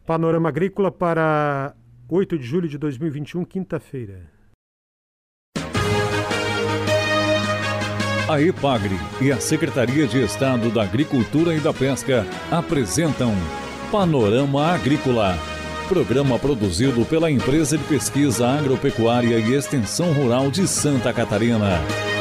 Panorama Agrícola para 8 de julho de 2021, quinta-feira. A EPAGRE e a Secretaria de Estado da Agricultura e da Pesca apresentam Panorama Agrícola, programa produzido pela Empresa de Pesquisa Agropecuária e Extensão Rural de Santa Catarina.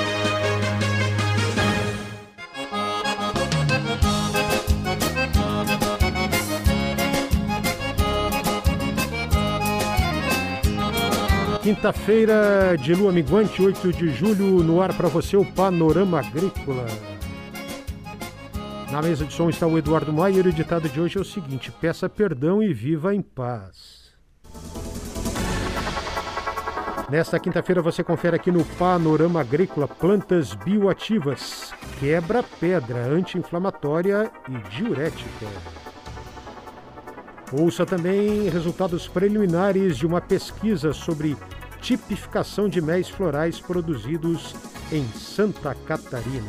Quinta-feira de lua minguante, 8 de julho, no ar para você o Panorama Agrícola. Na mesa de som está o Eduardo Maier e o ditado de hoje é o seguinte: peça perdão e viva em paz. Nesta quinta-feira você confere aqui no Panorama Agrícola plantas bioativas, quebra-pedra, anti-inflamatória e diurética. Ouça também resultados preliminares de uma pesquisa sobre tipificação de méis florais produzidos em Santa Catarina.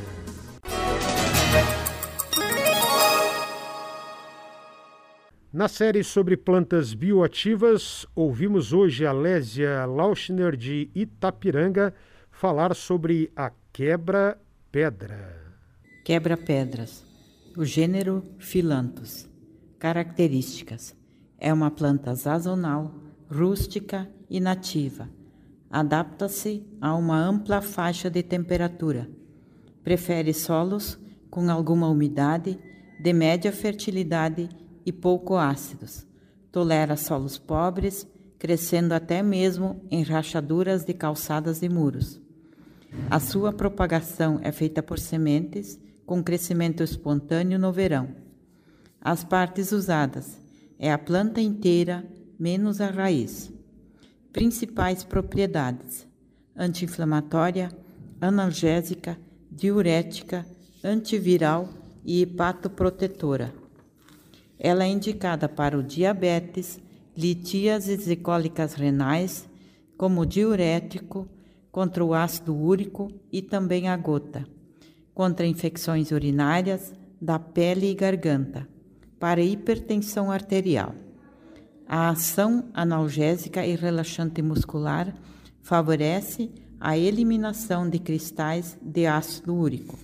Na série sobre plantas bioativas, ouvimos hoje a Lésia Lauschner de Itapiranga falar sobre a quebra-pedra. Quebra-pedras, o gênero Philanthus. Características: é uma planta sazonal, rústica e nativa. Adapta-se a uma ampla faixa de temperatura. Prefere solos com alguma umidade, de média fertilidade e pouco ácidos. Tolera solos pobres, crescendo até mesmo em rachaduras de calçadas e muros. A sua propagação é feita por sementes, com crescimento espontâneo no verão. As partes usadas é a planta inteira, menos a raiz. Principais propriedades: anti-inflamatória, analgésica, diurética, antiviral e hepatoprotetora. Ela é indicada para o diabetes, litíases e cólicas renais, como diurético, contra o ácido úrico e também a gota, contra infecções urinárias, da pele e garganta, para hipertensão arterial. A ação analgésica e relaxante muscular favorece a eliminação de cristais de ácido úrico.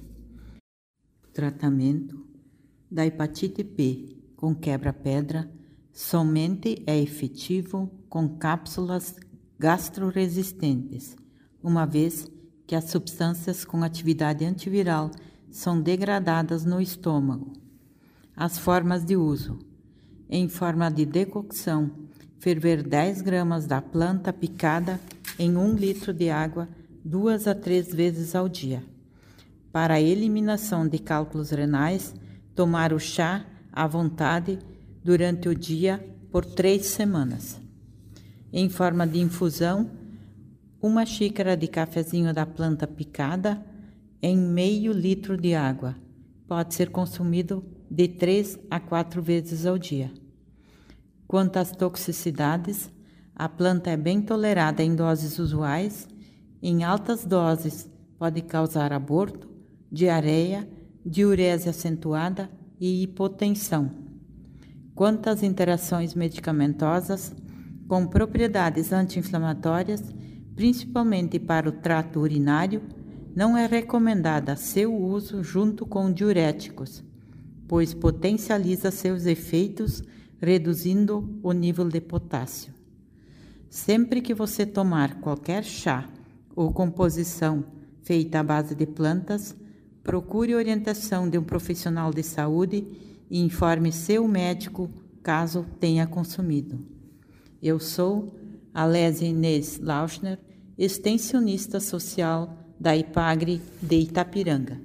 Tratamento da hepatite B com quebra-pedra somente é efetivo com cápsulas gastroresistentes, uma vez que as substâncias com atividade antiviral são degradadas no estômago. As formas de uso: em forma de decocção, ferver 10 gramas da planta picada em 1 litro de água 2 a 3 vezes ao dia. Para a eliminação de cálculos renais, tomar o chá à vontade durante o dia por 3 semanas. Em forma de infusão, 1 xícara de cafezinho da planta picada em meio litro de água. Pode ser consumido de 3 a 4 vezes ao dia. Quanto às toxicidades, a planta é bem tolerada em doses usuais. Em altas doses pode causar aborto, diarreia, diurese acentuada e hipotensão. Quanto às interações medicamentosas, com propriedades anti-inflamatórias, principalmente para o trato urinário, não é recomendada seu uso junto com diuréticos, pois potencializa seus efeitos, reduzindo o nível de potássio. Sempre que você tomar qualquer chá ou composição feita à base de plantas, procure orientação de um profissional de saúde e informe seu médico caso tenha consumido. Eu sou a Lésia Inês Lauschner, extensionista social da EPAGRE de Itapiranga.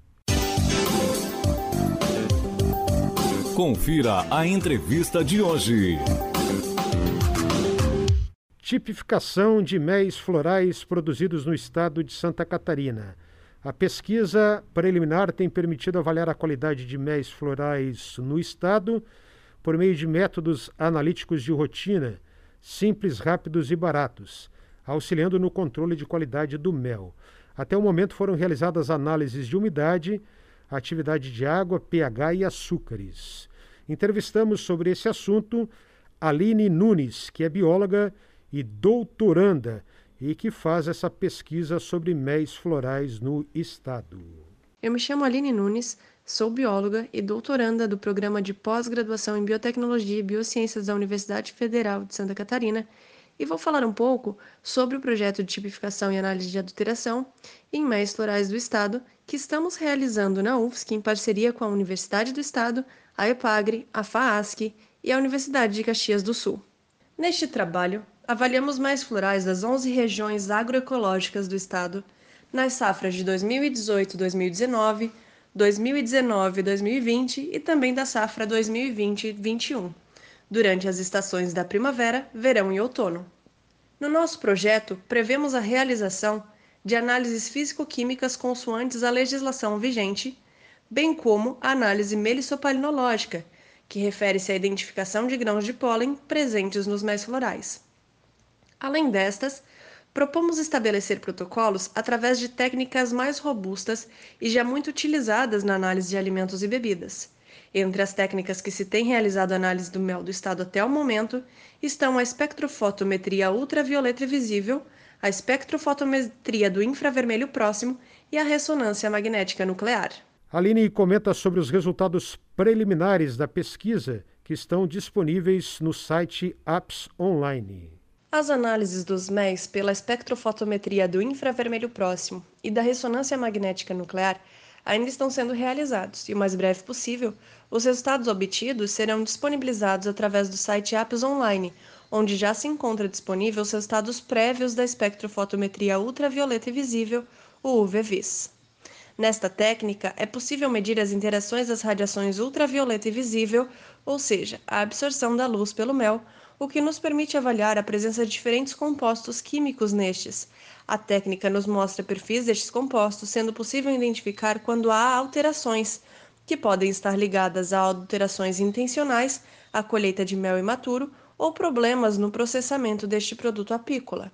Confira a entrevista de hoje. Tipificação de méis florais produzidos no estado de Santa Catarina. A pesquisa preliminar tem permitido avaliar a qualidade de méis florais no estado por meio de métodos analíticos de rotina, simples, rápidos e baratos, auxiliando no controle de qualidade do mel. Até o momento foram realizadas análises de umidade, atividade de água, pH e açúcares. Entrevistamos sobre esse assunto Aline Nunes, que é bióloga e doutoranda e que faz essa pesquisa sobre méis florais no estado. Eu me chamo Aline Nunes, sou bióloga e doutoranda do Programa de Pós-Graduação em Biotecnologia e Biociências da Universidade Federal de Santa Catarina e vou falar um pouco sobre o projeto de tipificação e análise de adulteração em méis florais do estado que estamos realizando na UFSC em parceria com a Universidade do Estado, a EPAGRE, a FAASC e a Universidade de Caxias do Sul. Neste trabalho, avaliamos méis florais das 11 regiões agroecológicas do estado nas safras de 2018-2019, 2019-2020 e também da safra 2020-21, durante as estações da primavera, verão e outono. No nosso projeto, prevemos a realização de análises físico-químicas consoantes à legislação vigente, bem como a análise melissopalinológica, que refere-se à identificação de grãos de pólen presentes nos méis florais. Além destas, propomos estabelecer protocolos através de técnicas mais robustas e já muito utilizadas na análise de alimentos e bebidas. Entre as técnicas que se tem realizado análise do mel do estado até o momento estão a espectrofotometria ultravioleta visível, a espectrofotometria do infravermelho próximo e a ressonância magnética nuclear. Aline comenta sobre os resultados preliminares da pesquisa que estão disponíveis no site APS Online. As análises dos méis pela espectrofotometria do infravermelho próximo e da ressonância magnética nuclear ainda estão sendo realizados e, o mais breve possível, os resultados obtidos serão disponibilizados através do site APS Online, onde já se encontra disponível os resultados prévios da espectrofotometria ultravioleta visível, o UV-Vis. Nesta técnica, é possível medir as interações das radiações ultravioleta e visível, ou seja, a absorção da luz pelo mel, o que nos permite avaliar a presença de diferentes compostos químicos nestes. A técnica nos mostra perfis destes compostos, sendo possível identificar quando há alterações, que podem estar ligadas a alterações intencionais, à colheita de mel imaturo ou problemas no processamento deste produto apícola.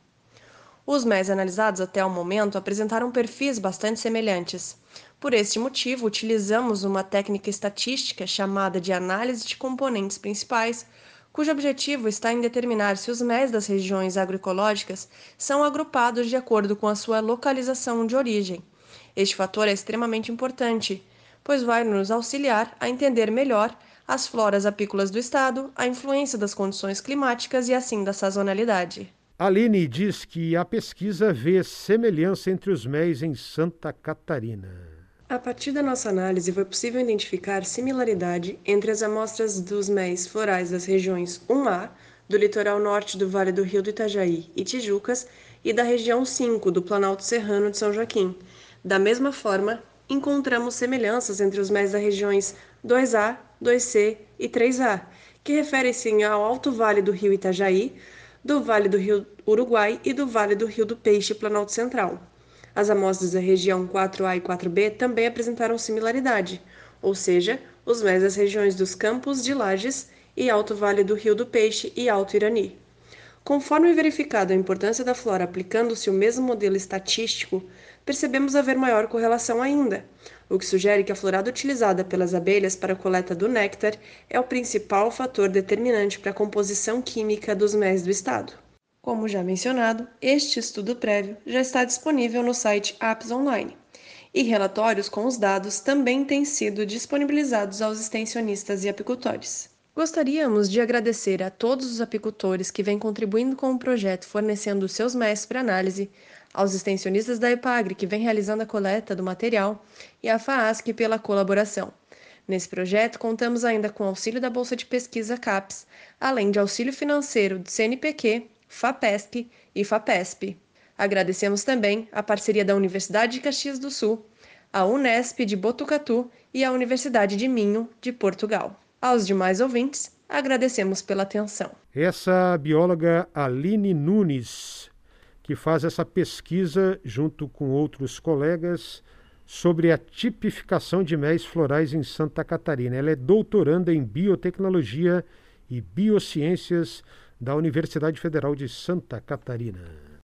Os méis analisados até o momento apresentaram perfis bastante semelhantes. Por este motivo, utilizamos uma técnica estatística chamada de análise de componentes principais, cujo objetivo está em determinar se os méis das regiões agroecológicas são agrupados de acordo com a sua localização de origem. Este fator é extremamente importante, pois vai nos auxiliar a entender melhor as floras apícolas do estado, a influência das condições climáticas e assim da sazonalidade. Aline diz que a pesquisa vê semelhança entre os méis em Santa Catarina. A partir da nossa análise, foi possível identificar similaridade entre as amostras dos méis florais das regiões 1A, do litoral norte do Vale do Rio do Itajaí e Tijucas, e da região 5, do Planalto Serrano de São Joaquim. Da mesma forma, encontramos semelhanças entre os méis das regiões 2A, 2C e 3A, que referem-se ao Alto Vale do Rio Itajaí, do Vale do Rio Uruguai e do Vale do Rio do Peixe Planalto Central. As amostras da região 4A e 4B também apresentaram similaridade, ou seja, os méis das regiões dos Campos de Lages e Alto Vale do Rio do Peixe e Alto Irani. Conforme verificado a importância da flora aplicando-se o mesmo modelo estatístico, percebemos haver maior correlação ainda, o que sugere que a florada utilizada pelas abelhas para a coleta do néctar é o principal fator determinante para a composição química dos méis do estado. Como já mencionado, este estudo prévio já está disponível no site APS Online, e relatórios com os dados também têm sido disponibilizados aos extensionistas e apicultores. Gostaríamos de agradecer a todos os apicultores que vêm contribuindo com o projeto fornecendo seus méis para análise, aos extensionistas da EPAGRE que vêm realizando a coleta do material e à FAASC pela colaboração. Nesse projeto, contamos ainda com o auxílio da Bolsa de Pesquisa CAPES, além de auxílio financeiro do CNPq, FAPESC e FAPESP. Agradecemos também a parceria da Universidade de Caxias do Sul, a Unesp de Botucatu e a Universidade de Minho, de Portugal. Aos demais ouvintes, agradecemos pela atenção. Essa bióloga Aline Nunes, que faz essa pesquisa junto com outros colegas sobre a tipificação de méis florais em Santa Catarina. Ela é doutoranda em biotecnologia e biociências da Universidade Federal de Santa Catarina.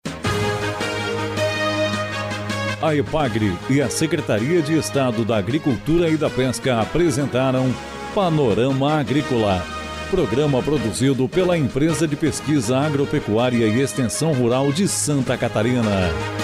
A EPAGRE e a Secretaria de Estado da Agricultura e da Pesca apresentaram Panorama Agrícola, Programa produzido pela Empresa de Pesquisa Agropecuária e Extensão Rural de Santa Catarina.